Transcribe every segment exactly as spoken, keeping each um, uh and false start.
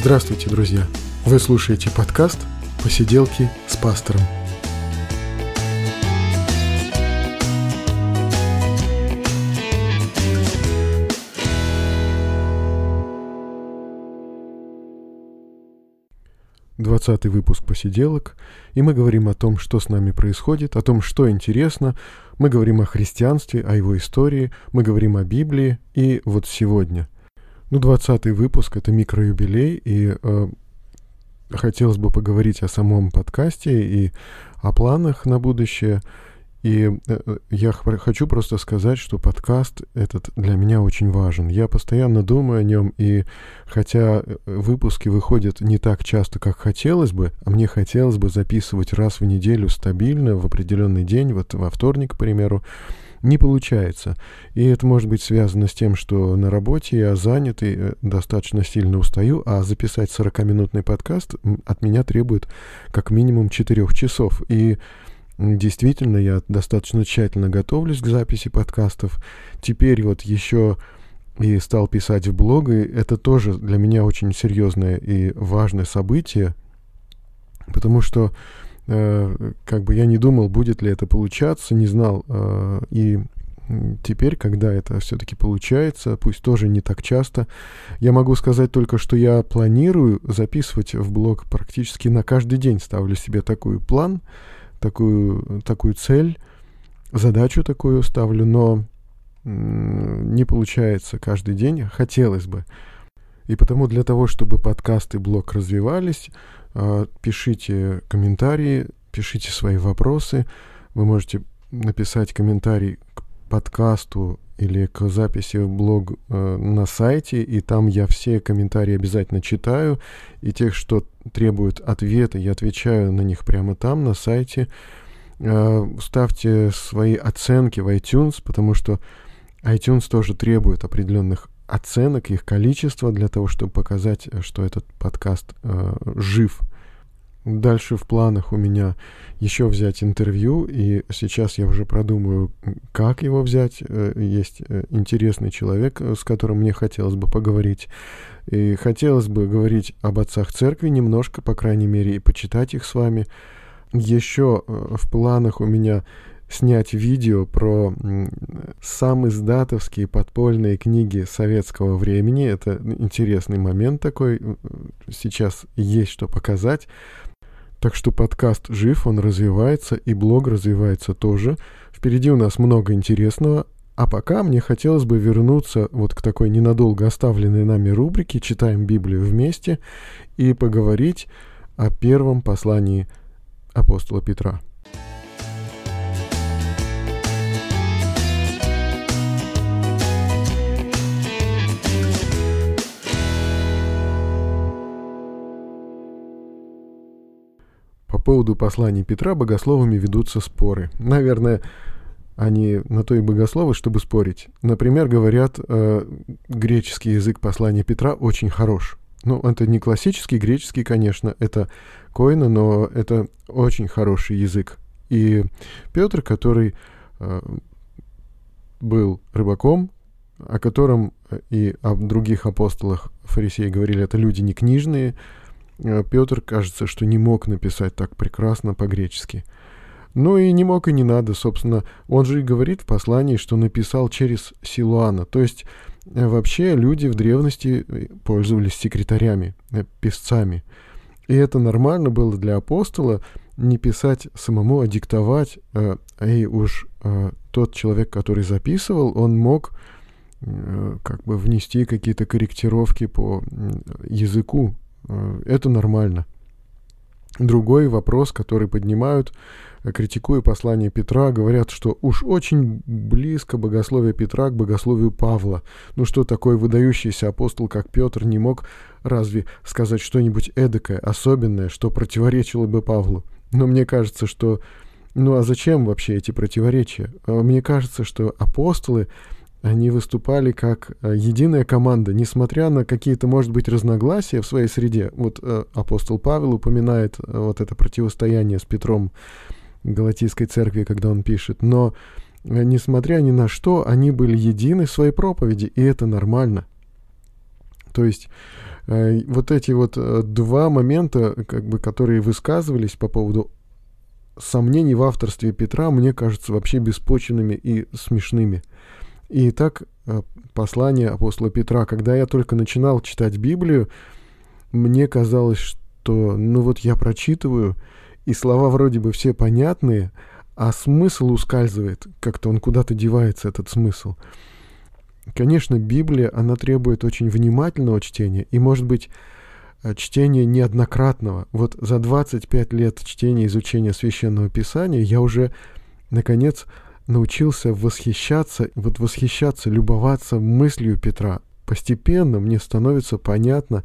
Здравствуйте, друзья! Вы слушаете подкаст «Посиделки с пастором». Двадцатый выпуск «Посиделок», и мы говорим о том, что с нами происходит, о том, что интересно. Мы говорим о христианстве, о его истории, мы говорим о Библии, и вот сегодня. Ну, двадцатый выпуск — это микроюбилей, и э, хотелось бы поговорить о самом подкасте и о планах на будущее. И э, я х- хочу просто сказать, что подкаст этот для меня очень важен. Я постоянно думаю о нем, и хотя выпуски выходят не так часто, как хотелось бы, а мне хотелось бы записывать раз в неделю стабильно, в определенный день, вот во вторник, к примеру, не получается. И это может быть связано с тем, что на работе я занят и достаточно сильно устаю, а записать сорокаминутный подкаст от меня требует как минимум четырех часов. И действительно, я достаточно тщательно готовлюсь к записи подкастов. Теперь вот еще и стал писать в блог, и это тоже для меня очень серьезное и важное событие, потому что как бы я не думал, будет ли это получаться, не знал. И теперь, когда это все-таки получается, пусть тоже не так часто, я могу сказать только, что я планирую записывать в блог практически на каждый день. Ставлю себе такой план, такую, такую цель, задачу такую ставлю, но не получается каждый день. Хотелось бы. И потому для того, чтобы подкаст и блог развивались, пишите комментарии, пишите свои вопросы. Вы можете написать комментарий к подкасту или к записи в блог э, на сайте, и там я все комментарии обязательно читаю, и тех, что требуют ответа, я отвечаю на них прямо там, на сайте. Э, ставьте свои оценки в iTunes, потому что iTunes тоже требует определенных оценок, их количество для того, чтобы показать, что этот подкаст э, жив. Дальше в планах у меня еще взять интервью, и сейчас я уже продумаю, как его взять. Есть интересный человек, с которым мне хотелось бы поговорить. И хотелось бы говорить об отцах церкви немножко, по крайней мере, и почитать их с вами. Еще в планах у меня снять видео про самиздатовские подпольные книги советского времени. Это интересный момент такой. Сейчас есть что показать. Так что подкаст жив, он развивается, и блог развивается тоже. Впереди у нас много интересного. А пока мне хотелось бы вернуться вот к такой ненадолго оставленной нами рубрике «Читаем Библию вместе» и поговорить о первом послании апостола Петра. По поводу посланий Петра богословами ведутся споры. Наверное, они на то и богословы, чтобы спорить. Например, говорят, э, греческий язык послания Петра очень хорош. Ну, это не классический греческий, конечно, это коина, но это очень хороший язык. И Петр, который э, был рыбаком, о котором и о других апостолах фарисеи говорили, это люди не книжные, Петр, кажется, что не мог написать так прекрасно по-гречески. Ну и не мог и не надо, собственно. Он же и говорит в послании, что написал через Силуана. То есть вообще люди в древности пользовались секретарями, писцами. И это нормально было для апостола не писать самому, а диктовать. И уж тот человек, который записывал, он мог как бы внести какие-то корректировки по языку. Это нормально. Другой вопрос, который поднимают, критикуя послание Петра, говорят, что уж очень близко богословие Петра к богословию Павла. Ну что, такой выдающийся апостол, как Петр, не мог разве сказать что-нибудь эдакое, особенное, что противоречило бы Павлу? Но мне кажется, что... Ну а зачем вообще эти противоречия? Мне кажется, что апостолы, они выступали как э, единая команда, несмотря на какие-то, может быть, разногласия в своей среде. Вот э, апостол Павел упоминает э, вот это противостояние с Петром в Галатийской церкви, когда он пишет. Но, э, несмотря ни на что, они были едины в своей проповеди, и это нормально. То есть Вот эти вот два момента, как бы, которые высказывались по поводу сомнений в авторстве Петра, мне кажутся вообще беспочвенными и смешными. И так послание апостола Петра, когда я только начинал читать Библию, мне казалось, что ну вот я прочитываю, и слова вроде бы все понятные, а смысл ускальзывает, как-то он куда-то девается, этот смысл. Конечно, Библия, она требует очень внимательного чтения, и, может быть, чтения неоднократного. Вот за двадцать пять лет чтения и изучения Священного Писания я уже, наконец, научился восхищаться, вот восхищаться, любоваться мыслью Петра. Постепенно мне становится понятно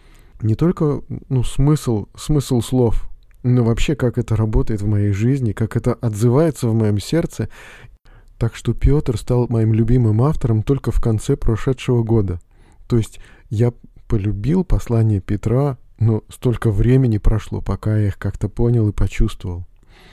не только ну, смысл, смысл слов, но вообще, как это работает в моей жизни, как это отзывается в моем сердце. Так что Петр стал моим любимым автором только в конце прошедшего года. То есть я полюбил послание Петра, но столько времени прошло, пока я их как-то понял и почувствовал.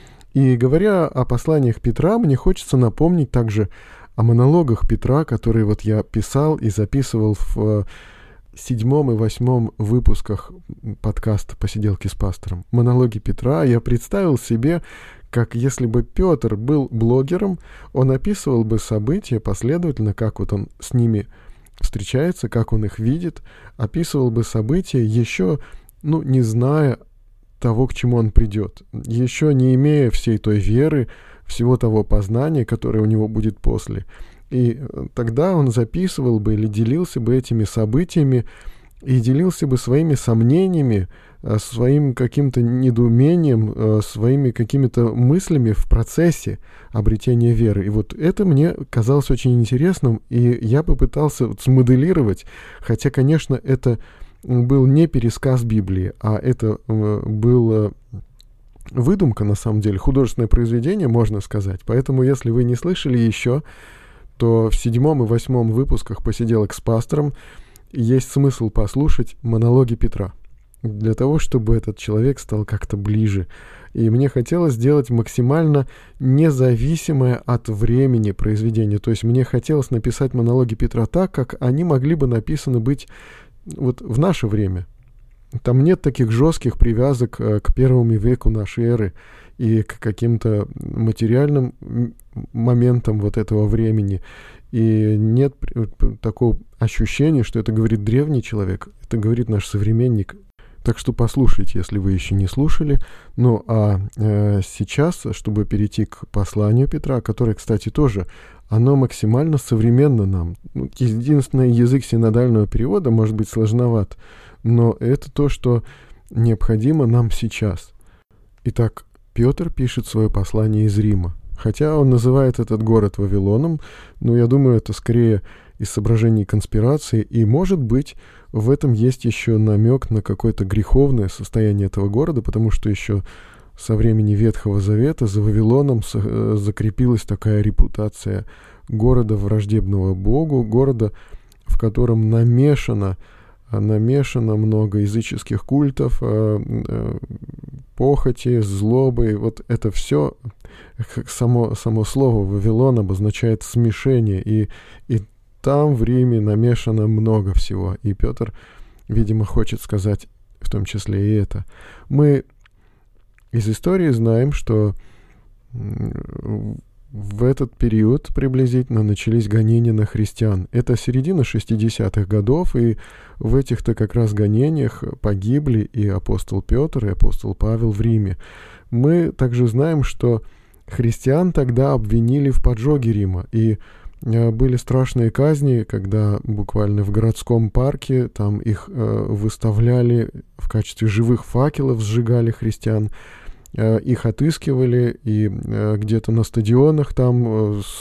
И говоря о посланиях Петра, мне хочется напомнить также о монологах Петра, которые вот я писал и записывал в седьмом и восьмом выпусках подкаста «Посиделки с пастором». Монологи Петра я представил себе, как если бы Петр был блогером, он описывал бы события последовательно, как вот он с ними встречается, как он их видит, описывал бы события, еще, ну, не зная того, к чему он придет, еще не имея всей той веры, всего того познания, которое у него будет после. И тогда он записывал бы или делился бы этими событиями и делился бы своими сомнениями, своим каким-то недоумением, своими какими-то мыслями в процессе обретения веры. И вот это мне казалось очень интересным, и я попытался вот смоделировать, хотя, конечно, это был не пересказ Библии, а это было выдумка, на самом деле, художественное произведение, можно сказать. Поэтому, если вы не слышали еще, то в седьмом и восьмом выпусках «Посиделок с пастором» есть смысл послушать монологи Петра, для того, чтобы этот человек стал как-то ближе. И мне хотелось сделать максимально независимое от времени произведение. То есть мне хотелось написать монологи Петра так, как они могли бы написаны быть вот в наше время. Там нет таких жестких привязок к первому веку нашей эры и к каким-то материальным моментам вот этого времени. И нет такого ощущения, что это говорит древний человек, это говорит наш современник. Так что послушайте, если вы еще не слушали. Ну а э, сейчас, чтобы перейти к посланию Петра, которое, кстати, тоже, оно максимально современно нам. Ну, единственный язык синодального перевода может быть сложноват, но это то, что необходимо нам сейчас. Итак, Петр пишет свое послание из Рима. Хотя он называет этот город Вавилоном, но я думаю, это скорее из соображений конспирации, и, может быть, в этом есть еще намек на какое-то греховное состояние этого города, потому что еще со времени Ветхого Завета за Вавилоном закрепилась такая репутация города враждебного Богу, города, в котором намешано, намешано много языческих культов, похоти, злобы. Вот это все, само, само слово «Вавилон» обозначает смешение, и, и там в Риме намешано много всего. И Петр, видимо, хочет сказать в том числе и это. Мы из истории знаем, что в этот период приблизительно начались гонения на христиан. Это середина шестидесятых годов, и в этих-то как раз гонениях погибли и апостол Петр, и апостол Павел в Риме. Мы также знаем, что христиан тогда обвинили в поджоге Рима, и были страшные казни, когда буквально в городском парке там их э, выставляли в качестве живых факелов, сжигали христиан, э, их отыскивали, и э, где-то на стадионах там э, с,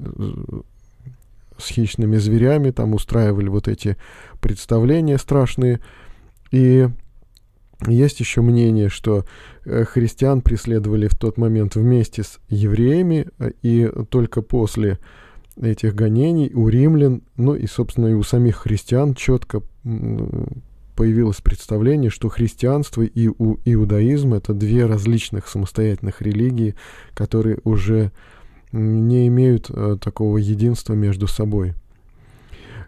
с хищными зверями там устраивали вот эти представления страшные. И есть еще мнение, что э, христиан преследовали в тот момент вместе с евреями, и только после этих гонений у римлян, ну и, собственно, и у самих христиан четко появилось представление, что христианство и у иудаизм — это две различных самостоятельных религии, которые уже не имеют э, такого единства между собой.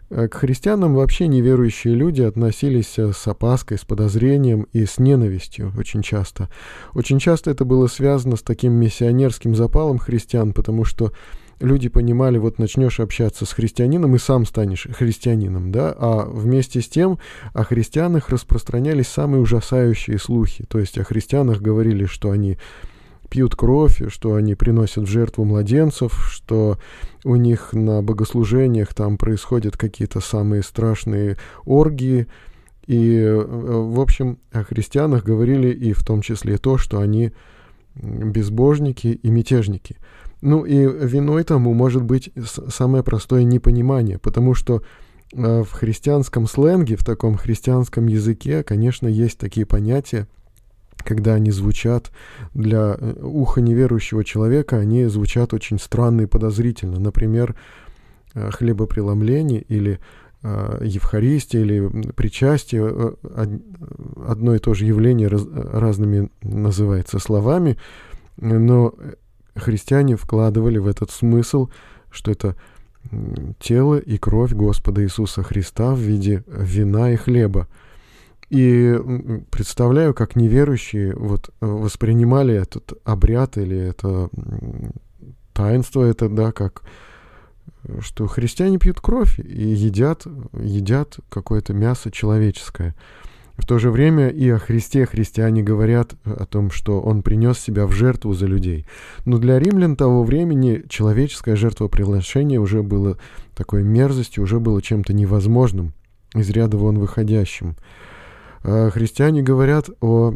К христианам вообще неверующие люди относились с опаской, с подозрением и с ненавистью очень часто. Очень часто это было связано с таким миссионерским запалом христиан, потому что люди понимали, вот начнешь общаться с христианином и сам станешь христианином, да, а вместе с тем о христианах распространялись самые ужасающие слухи. То есть о христианах говорили, что они пьют кровь, что они приносят в жертву младенцев, что у них на богослужениях там происходят какие-то самые страшные оргии. И, в общем, о христианах говорили и в том числе то, что они безбожники и мятежники. Ну и виной тому может быть самое простое непонимание, потому что в христианском сленге, в таком христианском языке, конечно, есть такие понятия, когда они звучат для уха неверующего человека, они звучат очень странно и подозрительно. Например, хлебопреломление или Евхаристия или причастие, одно и то же явление раз, разными называется словами, но христиане вкладывали в этот смысл, что это тело и кровь Господа Иисуса Христа в виде вина и хлеба. И представляю, как неверующие вот воспринимали этот обряд или это таинство, это, да, как что христиане пьют кровь и едят, едят какое-то мясо человеческое. В то же время и о Христе христиане говорят о том, что Он принес себя в жертву за людей. Но для римлян того времени человеческое жертвоприношение уже было такой мерзостью, уже было чем-то невозможным, из ряда вон выходящим. Христиане говорят о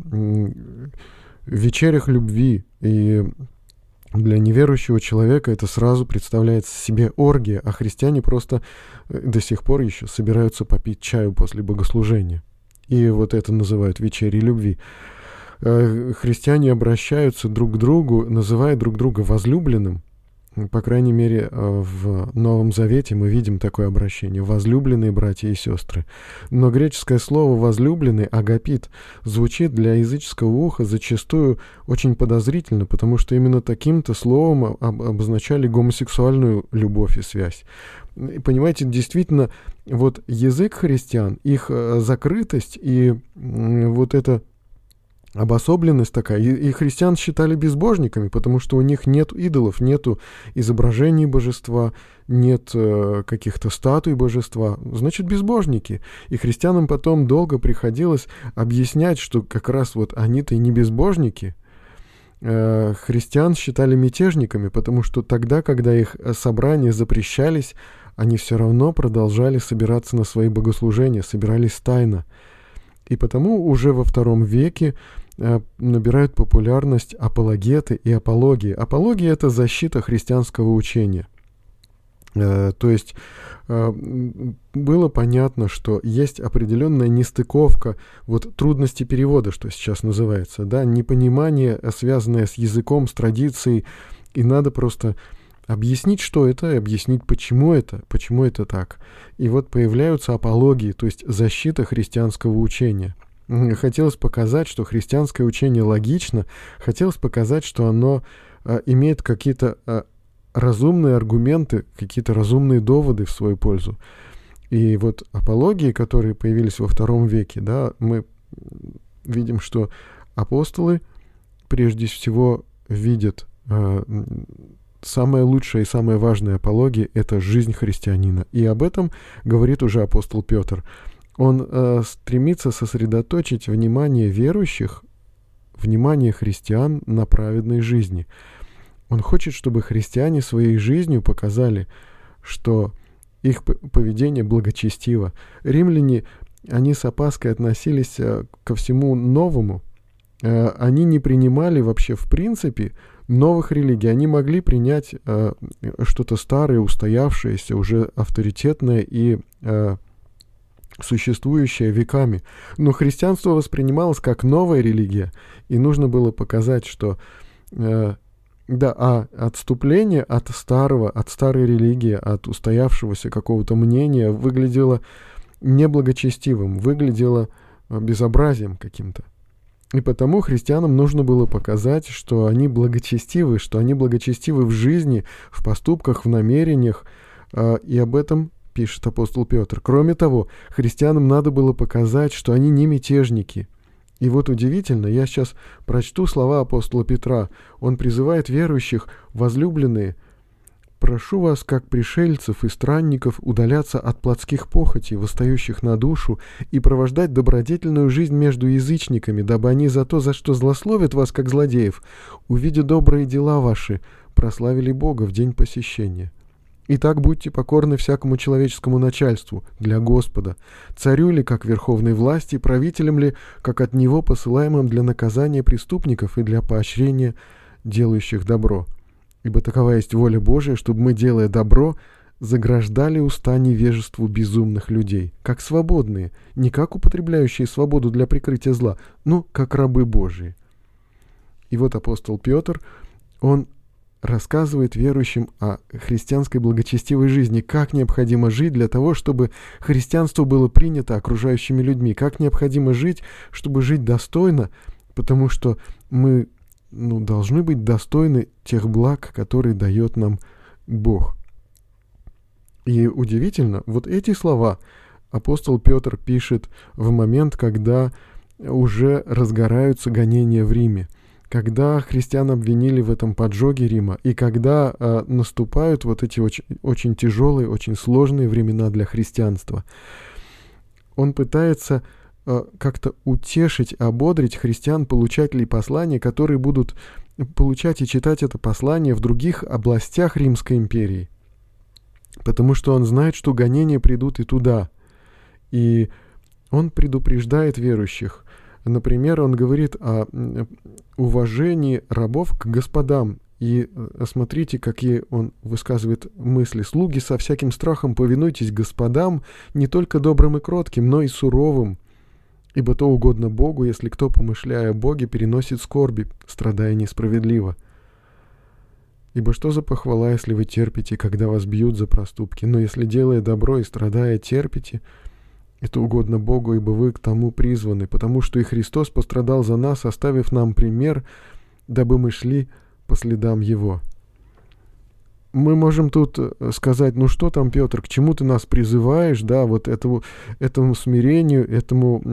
вечерях любви, и для неверующего человека это сразу представляется себе оргия, а христиане просто до сих пор еще собираются попить чаю после богослужения. И вот это называют вечерей любви. Христиане обращаются друг к другу, называя друг друга возлюбленным. По крайней мере, в Новом Завете мы видим такое обращение: возлюбленные братья и сестры. Но греческое слово «возлюбленный», агапит, звучит для языческого уха зачастую очень подозрительно, потому что именно таким-то словом обозначали гомосексуальную любовь и связь. Понимаете, действительно, вот язык христиан, их закрытость и вот это обособленность такая, и, и христиан считали безбожниками, потому что у них нет идолов, нету изображений божества, нет э, каких-то статуй божества, значит, безбожники. И христианам потом долго приходилось объяснять, что как раз вот они-то и не безбожники. Э, христиан считали мятежниками, потому что тогда, когда их собрания запрещались, они все равно продолжали собираться на свои богослужения, собирались тайно. И потому уже во втором веке э, набирают популярность апологеты и апологии. Апология — это защита христианского учения. Э, то есть э, было понятно, что есть определенная нестыковка, вот трудности перевода, что сейчас называется, да, непонимание, связанное с языком, с традицией, и надо просто объяснить, что это, и объяснить, почему это, почему это так. И вот появляются апологии, то есть защита христианского учения. Хотелось показать, что христианское учение логично, хотелось показать, что оно а, имеет какие-то а, разумные аргументы, какие-то разумные доводы в свою пользу. И вот апологии, которые появились во втором веке, да, мы видим, что апостолы прежде всего видят а, самая лучшая и самая важная апология — это жизнь христианина. И об этом говорит уже апостол Петр. Он э, стремится сосредоточить внимание верующих, внимание христиан на праведной жизни. Он хочет, чтобы христиане своей жизнью показали, что их поведение благочестиво. Римляне, они с опаской относились э, ко всему новому. Э, они не принимали вообще в принципе новых религий. Они могли принять э, что-то старое, устоявшееся, уже авторитетное и э, существующее веками. Но христианство воспринималось как новая религия, и нужно было показать, что э, да, а отступление от старого, от старой религии, от устоявшегося какого-то мнения выглядело неблагочестивым, выглядело безобразием каким-то. И потому христианам нужно было показать, что они благочестивы, что они благочестивы в жизни, в поступках, в намерениях. И об этом пишет апостол Петр. Кроме того, христианам надо было показать, что они не мятежники. И вот удивительно, я сейчас прочту слова апостола Петра. Он призывает верующих: возлюбленные, прошу вас, как пришельцев и странников, удаляться от плотских похотей, восстающих на душу, и провождать добродетельную жизнь между язычниками, дабы они за то, за что злословят вас, как злодеев, увидя добрые дела ваши, прославили Бога в день посещения. Итак, будьте покорны всякому человеческому начальству, для Господа, царю ли, как верховной власти, правителям ли, как от него посылаемым для наказания преступников и для поощрения делающих добро. Ибо такова есть воля Божия, чтобы мы, делая добро, заграждали уста невежеству безумных людей, как свободные, не как употребляющие свободу для прикрытия зла, но как рабы Божии. И вот апостол Петр, он рассказывает верующим о христианской благочестивой жизни, как необходимо жить для того, чтобы христианство было принято окружающими людьми, как необходимо жить, чтобы жить достойно, потому что мы ну, должны быть достойны тех благ, которые дает нам Бог. И удивительно, вот эти слова апостол Петр пишет в момент, когда уже разгораются гонения в Риме, когда христиан обвинили в этом поджоге Рима, и когда э, наступают вот эти очень, очень тяжелые, очень сложные времена для христианства. Он пытается э, как-то утешить, ободрить христиан, получателей послания, которые будут получать и читать это послание в других областях Римской империи. Потому что он знает, что гонения придут и туда. И он предупреждает верующих. Например, он говорит о уважении рабов к господам. И смотрите, какие он высказывает мысли. «Слуги, со всяким страхом повинуйтесь господам, не только добрым и кротким, но и суровым. Ибо то угодно Богу, если кто, помышляя о Боге, переносит скорби, страдая несправедливо. Ибо что за похвала, если вы терпите, когда вас бьют за проступки? Но если, делая добро и страдая, терпите, это угодно Богу, ибо вы к тому призваны, потому что и Христос пострадал за нас, оставив нам пример, дабы мы шли по следам Его». Мы можем тут сказать: ну что там, Петр, к чему ты нас призываешь, да, вот этому, этому смирению, этому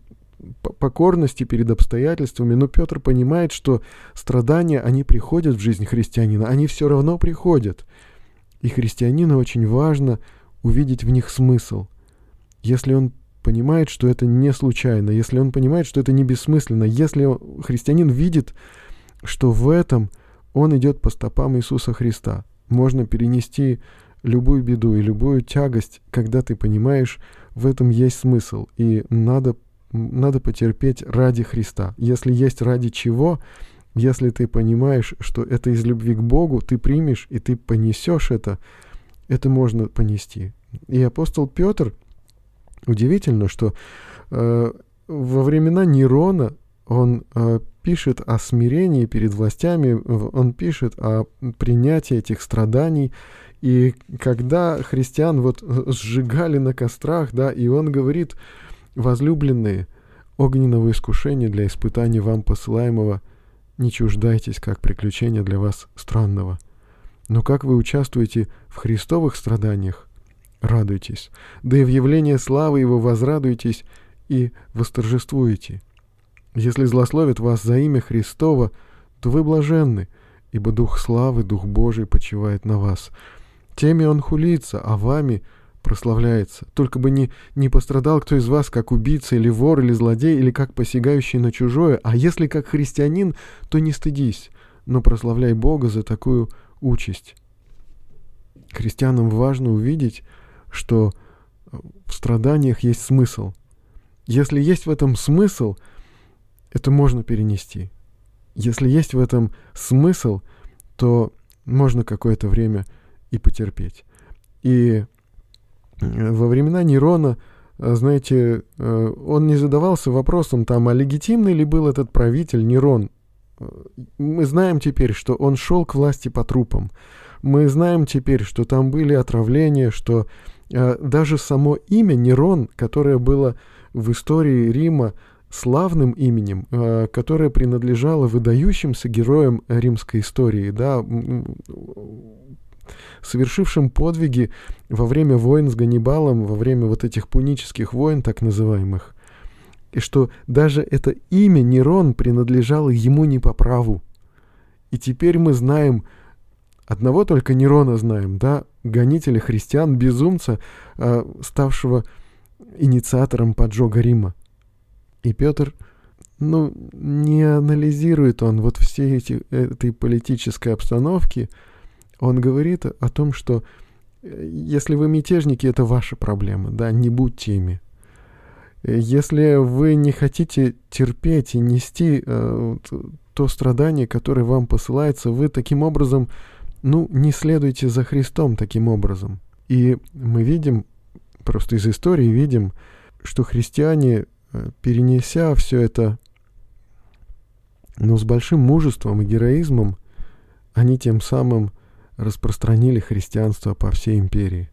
покорности перед обстоятельствами. Но Петр понимает, что страдания, они приходят в жизнь христианина, они все равно приходят. И христианину очень важно увидеть в них смысл. Если он понимает, что это не случайно, если он понимает, что это не бессмысленно, если он, христианин видит, что в этом он идет по стопам Иисуса Христа, можно перенести любую беду и любую тягость, когда ты понимаешь, в этом есть смысл, и надо, надо потерпеть ради Христа. Если есть ради чего, если ты понимаешь, что это из любви к Богу, ты примешь и ты понесешь это, это можно понести. И апостол Петр, удивительно, что э, во времена Нерона он э, пишет о смирении перед властями, он пишет о принятии этих страданий. И когда христиан вот сжигали на кострах, да, и он говорит: возлюбленные, огненного искушения для испытания вам посылаемого не чуждайтесь, как приключения для вас странного. Но как вы участвуете в христовых страданиях, радуйтесь, да и в явлении славы Его возрадуйтесь и восторжествуете. Если злословят вас за имя Христово, то вы блаженны, ибо Дух славы, Дух Божий почивает на вас. Теми Он хулится, а вами прославляется. Только бы не, не пострадал кто из вас, как убийца, или вор, или злодей, или как посягающий на чужое, а если как христианин, то не стыдись, но прославляй Бога за такую участь. Христианам важно увидеть, что в страданиях есть смысл. Если есть в этом смысл, это можно перенести. Если есть в этом смысл, то можно какое-то время и потерпеть. И во времена Нерона, знаете, он не задавался вопросом, там, а легитимный ли был этот правитель Нерон. Мы знаем теперь, что он шел к власти по трупам. Мы знаем теперь, что там были отравления, что э, даже само имя Нерон, которое было в истории Рима славным именем, э, которое принадлежало выдающимся героям римской истории, да, совершившим подвиги во время войн с Ганнибалом, во время вот этих пунических войн, так называемых, и что даже это имя Нерон принадлежало ему не по праву. И теперь мы знаем, одного только Нерона знаем, да, гонителя христиан, безумца, э, ставшего инициатором поджога Рима. И Петр, ну, не анализирует он вот все эти, этой политической обстановки. Он говорит о том, что если вы мятежники, это ваша проблема, да, не будьте ими. Если вы не хотите терпеть и нести э, то страдание, которое вам посылается, вы таким образом, ну, не следуйте за Христом таким образом. И мы видим, просто из истории видим, что христиане, перенеся все это, ну, с большим мужеством и героизмом, они тем самым распространили христианство по всей империи.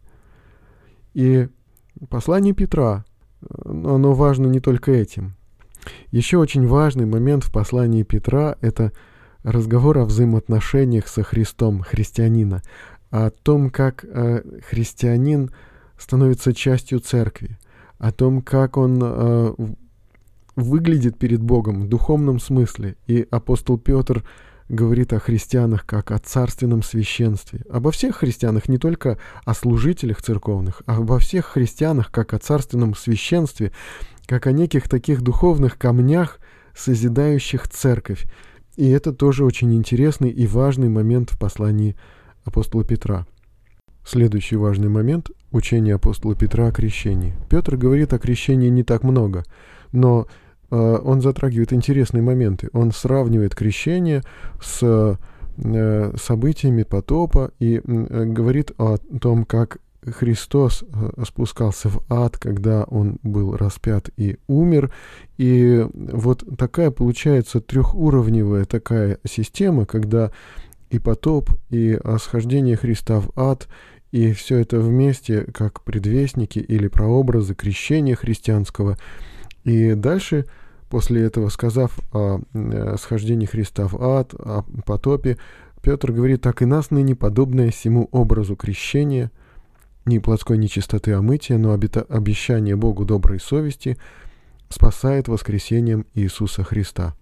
И послание Петра, оно важно не только этим. Еще очень важный момент в послании Петра — это разговор о взаимоотношениях со Христом, христианина, о том, как э, христианин становится частью церкви, о том, как он э, выглядит перед Богом в духовном смысле. И апостол Петр говорит о христианах как о царственном священстве. Обо всех христианах, не только о служителях церковных, а обо всех христианах как о царственном священстве, как о неких таких духовных камнях, созидающих церковь. И это тоже очень интересный и важный момент в послании апостола Петра. Следующий важный момент — учение апостола Петра о крещении. Петр говорит о крещении не так много, но э, он затрагивает интересные моменты. Он сравнивает крещение с э, событиями потопа и э, говорит о том, как Христос э, спускался в ад, когда он был распят и умер. И вот такая получается трехуровневая такая система, когда и потоп, и схождение Христа в ад, и все это вместе как предвестники или прообразы крещения христианского. И дальше, после этого, сказав о схождении Христа в ад, о потопе, Петр говорит: «Так и нас ныне, подобное сему образу крещения, не плотской нечистоты омытия, но обета- обещание Богу доброй совести спасает воскресением Иисуса Христа».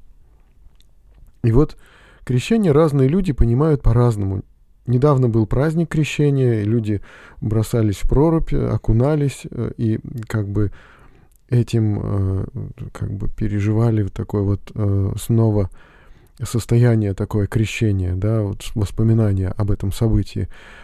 И вот крещение разные люди понимают по-разному. Недавно был праздник крещения, и люди бросались в прорубь, окунались и как бы этим как бы переживали такое вот снова состояние такое крещения, да, вот воспоминания об этом событии.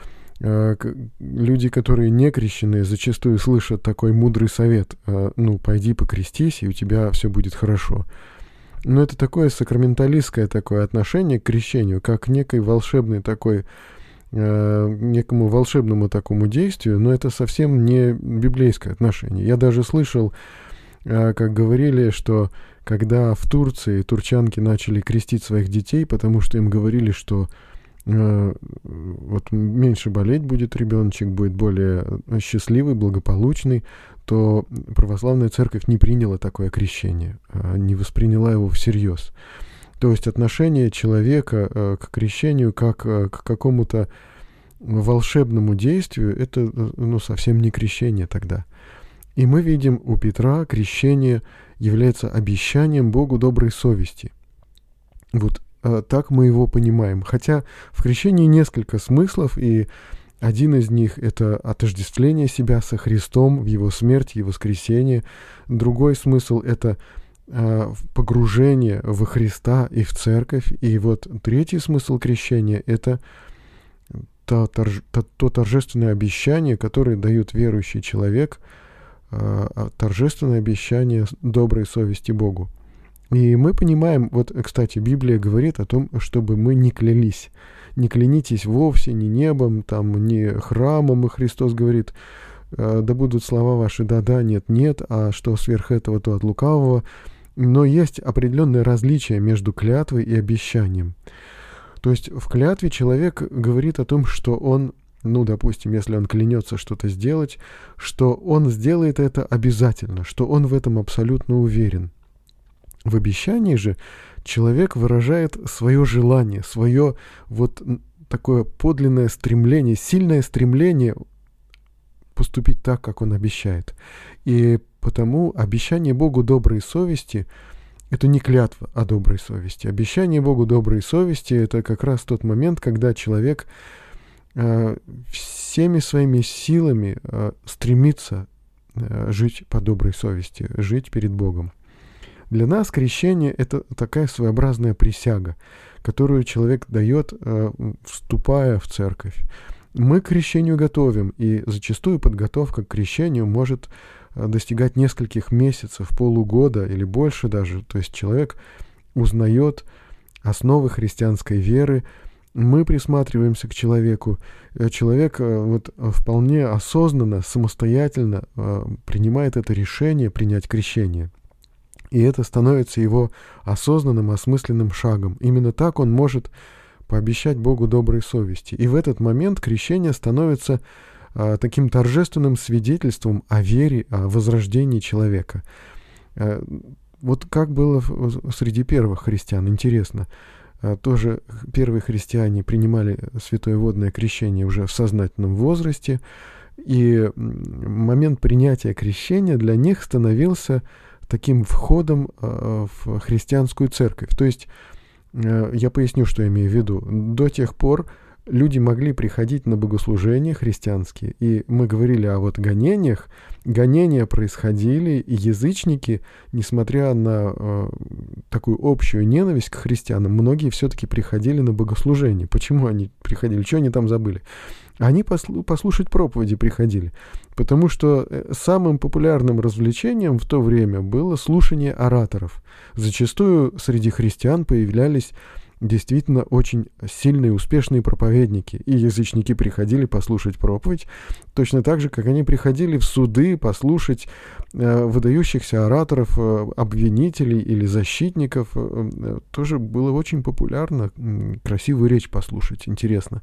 Люди, которые не крещены, зачастую слышат такой мудрый совет: ну, пойди покрестись, и у тебя все будет хорошо. Но это такое сакраменталистское такое отношение к крещению, как к некой волшебной такой, э, некому волшебному такому действию, но это совсем не библейское отношение. Я даже слышал, э, как говорили, что когда в Турции турчанки начали крестить своих детей, потому что им говорили, что э, вот меньше болеть будет ребеночек, будет более счастливый, благополучный, то православная церковь не приняла такое крещение, не восприняла его всерьез. То есть отношение человека э, к крещению как э, к какому-то волшебному действию — это, ну, совсем не крещение тогда. И мы видим, у Петра крещение является обещанием Богу доброй совести. Вот э, так мы его понимаем. Хотя в крещении несколько смыслов, и один из них — это отождествление себя со Христом в Его смерти и воскресении. Другой смысл — это э, погружение во Христа и в Церковь. И вот третий смысл крещения — это то, торж, то, то торжественное обещание, которое дает верующий человек, э, торжественное обещание доброй совести Богу. И мы понимаем, вот, кстати, Библия говорит о том, чтобы мы не клялись. Не клянитесь вовсе ни небом, там, ни храмом, и Христос говорит: да будут слова ваши да-да, нет-нет, а что сверх этого, то от лукавого. Но есть определенное различие между клятвой и обещанием. То есть в клятве человек говорит о том, что он, ну, допустим, если он клянется что-то сделать, что он сделает это обязательно, что он в этом абсолютно уверен. В обещании же человек выражает свое желание, свое вот такое подлинное стремление, сильное стремление поступить так, как Он обещает. И потому обещание Богу доброй совести — это не клятва о доброй совести. Обещание Богу доброй совести — это как раз тот момент, когда человек э, всеми своими силами э, стремится э, жить по доброй совести, жить перед Богом. Для нас крещение — это такая своеобразная присяга, которую человек дает, э, вступая в церковь. Мы к крещению готовим, и зачастую подготовка к крещению может достигать нескольких месяцев, полугода или больше даже. То есть человек узнает основы христианской веры, мы присматриваемся к человеку. Человек вот вполне осознанно, самостоятельно принимает это решение принять крещение. И это становится его осознанным, осмысленным шагом. Именно так он может пообещать Богу доброй совести. И в этот момент крещение становится а, таким торжественным свидетельством о вере, о возрождении человека. А, вот как было среди первых христиан, интересно. А, тоже первые христиане принимали святое водное крещение уже в сознательном возрасте, и момент принятия крещения для них становился таким входом а, в христианскую церковь. То есть я поясню, что я имею в виду. До тех пор люди могли приходить на богослужения христианские, и мы говорили о вот гонениях. Гонения происходили, и язычники, несмотря на э, такую общую ненависть к христианам, многие все-таки приходили на богослужения. Почему они приходили? Что они там забыли? Они послу- послушать проповеди приходили, потому что самым популярным развлечением в то время было слушание ораторов. Зачастую среди христиан появлялись действительно очень сильные, успешные проповедники, и язычники приходили послушать проповедь, точно так же, как они приходили в суды послушать э, выдающихся ораторов, э, обвинителей или защитников. Э, тоже было очень популярно э, красивую речь послушать, интересно.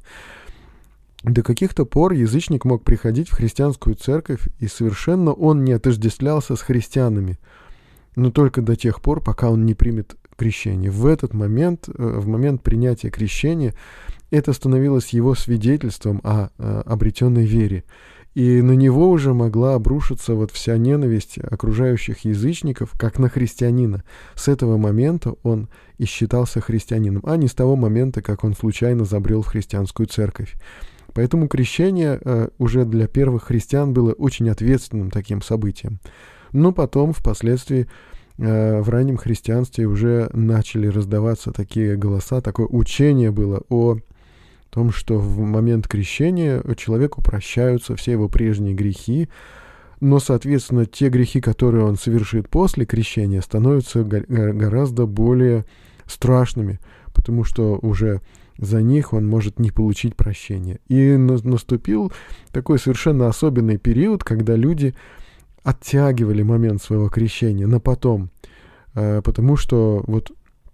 До каких-то пор язычник мог приходить в христианскую церковь, и совершенно он не отождествлялся с христианами, но только до тех пор, пока он не примет крещение. В этот момент, в момент принятия крещения, это становилось его свидетельством о, о обретенной вере. И на него уже могла обрушиться вот вся ненависть окружающих язычников, как на христианина. С этого момента он и считался христианином, а не с того момента, как он случайно забрел в христианскую церковь. Поэтому крещение э, уже для первых христиан было очень ответственным таким событием. Но потом, впоследствии, э, в раннем христианстве уже начали раздаваться такие голоса, такое учение было о том, что в момент крещения человеку прощаются все его прежние грехи, но, соответственно, те грехи, которые он совершит после крещения, становятся го- гораздо более страшными, потому что уже за них он может не получить прощения. И наступил такой совершенно особенный период, когда люди оттягивали момент своего крещения на потом, потому что вот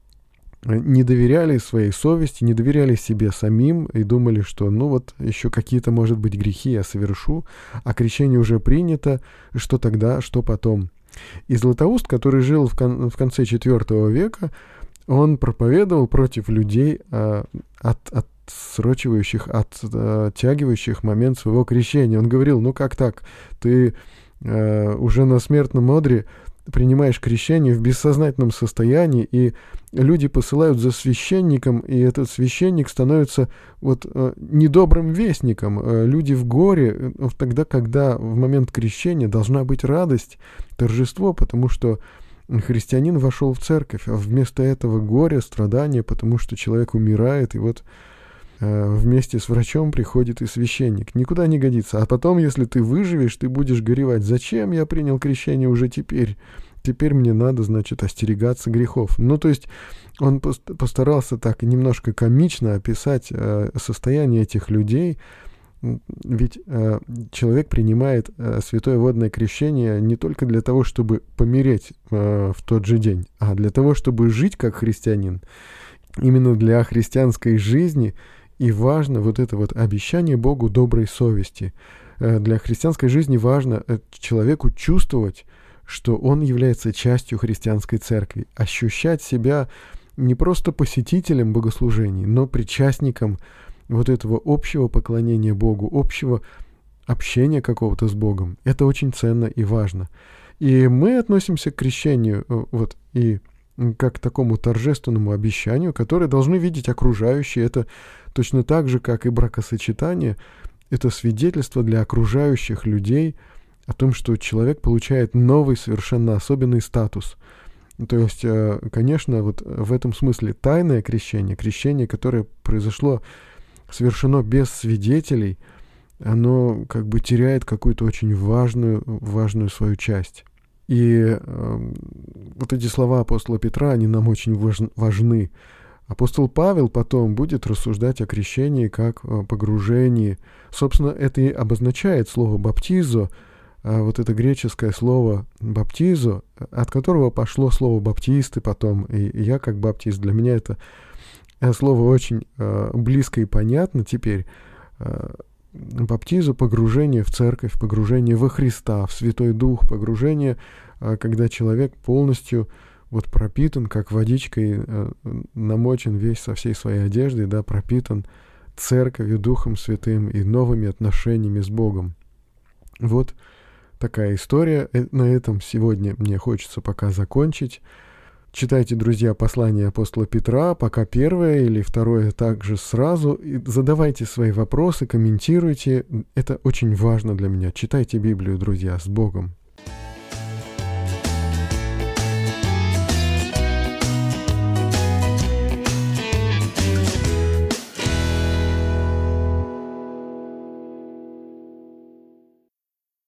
не доверяли своей совести, не доверяли себе самим и думали, что ну вот еще какие-то, может быть, грехи я совершу, а крещение уже принято, что тогда, что потом. И Златоуст, который жил в, кон- в конце четвёртого века, он проповедовал против людей, э, от, отсрочивающих, оттягивающих момент своего крещения. Он говорил, ну как так, ты э, уже на смертном одре принимаешь крещение в бессознательном состоянии, и люди посылают за священником, и этот священник становится вот э, недобрым вестником. Э, люди в горе, э, тогда, когда в момент крещения должна быть радость, торжество, потому что христианин вошел в церковь, а вместо этого горе, страдания, потому что человек умирает, и вот э, вместе с врачом приходит и священник. Никуда не годится. А потом, если ты выживешь, ты будешь горевать. Зачем я принял крещение уже теперь? Теперь мне надо, значит, остерегаться грехов. Ну, то есть он постарался так немножко комично описать э, состояние этих людей. Ведь э, человек принимает э, святое водное крещение не только для того, чтобы помереть э, в тот же день, а для того, чтобы жить как христианин. Именно для христианской жизни и важно вот это вот обещание Богу доброй совести. Э, для христианской жизни важно э, человеку чувствовать, что он является частью христианской церкви, ощущать себя не просто посетителем богослужений, но причастником вот этого общего поклонения Богу, общего общения какого-то с Богом. Это очень ценно и важно. И мы относимся к крещению вот и как к такому торжественному обещанию, которое должны видеть окружающие. Это точно так же, как и бракосочетание. Это свидетельство для окружающих людей о том, что человек получает новый, совершенно особенный статус. То есть, конечно, вот в этом смысле тайное крещение, крещение, которое произошло, совершено без свидетелей, оно как бы теряет какую-то очень важную, важную свою часть. И э, вот эти слова апостола Петра, они нам очень важны. Апостол Павел потом будет рассуждать о крещении как о погружении. Собственно, это и обозначает слово «баптизо», а вот это греческое слово «баптизо», от которого пошло слово «баптисты» потом. И я как баптист, для меня это слово очень э, близко и понятно теперь. Э, Баптизу — погружение в церковь, погружение во Христа, в Святой Дух, погружение, когда человек полностью вот пропитан, как водичкой, намочен весь со всей своей одеждой, да, пропитан церковью, Духом Святым и новыми отношениями с Богом. Вот такая история. На этом сегодня мне хочется пока закончить. Читайте, друзья, послание апостола Петра, пока первое или второе также сразу. И задавайте свои вопросы, комментируйте. Это очень важно для меня. Читайте Библию, друзья, с Богом.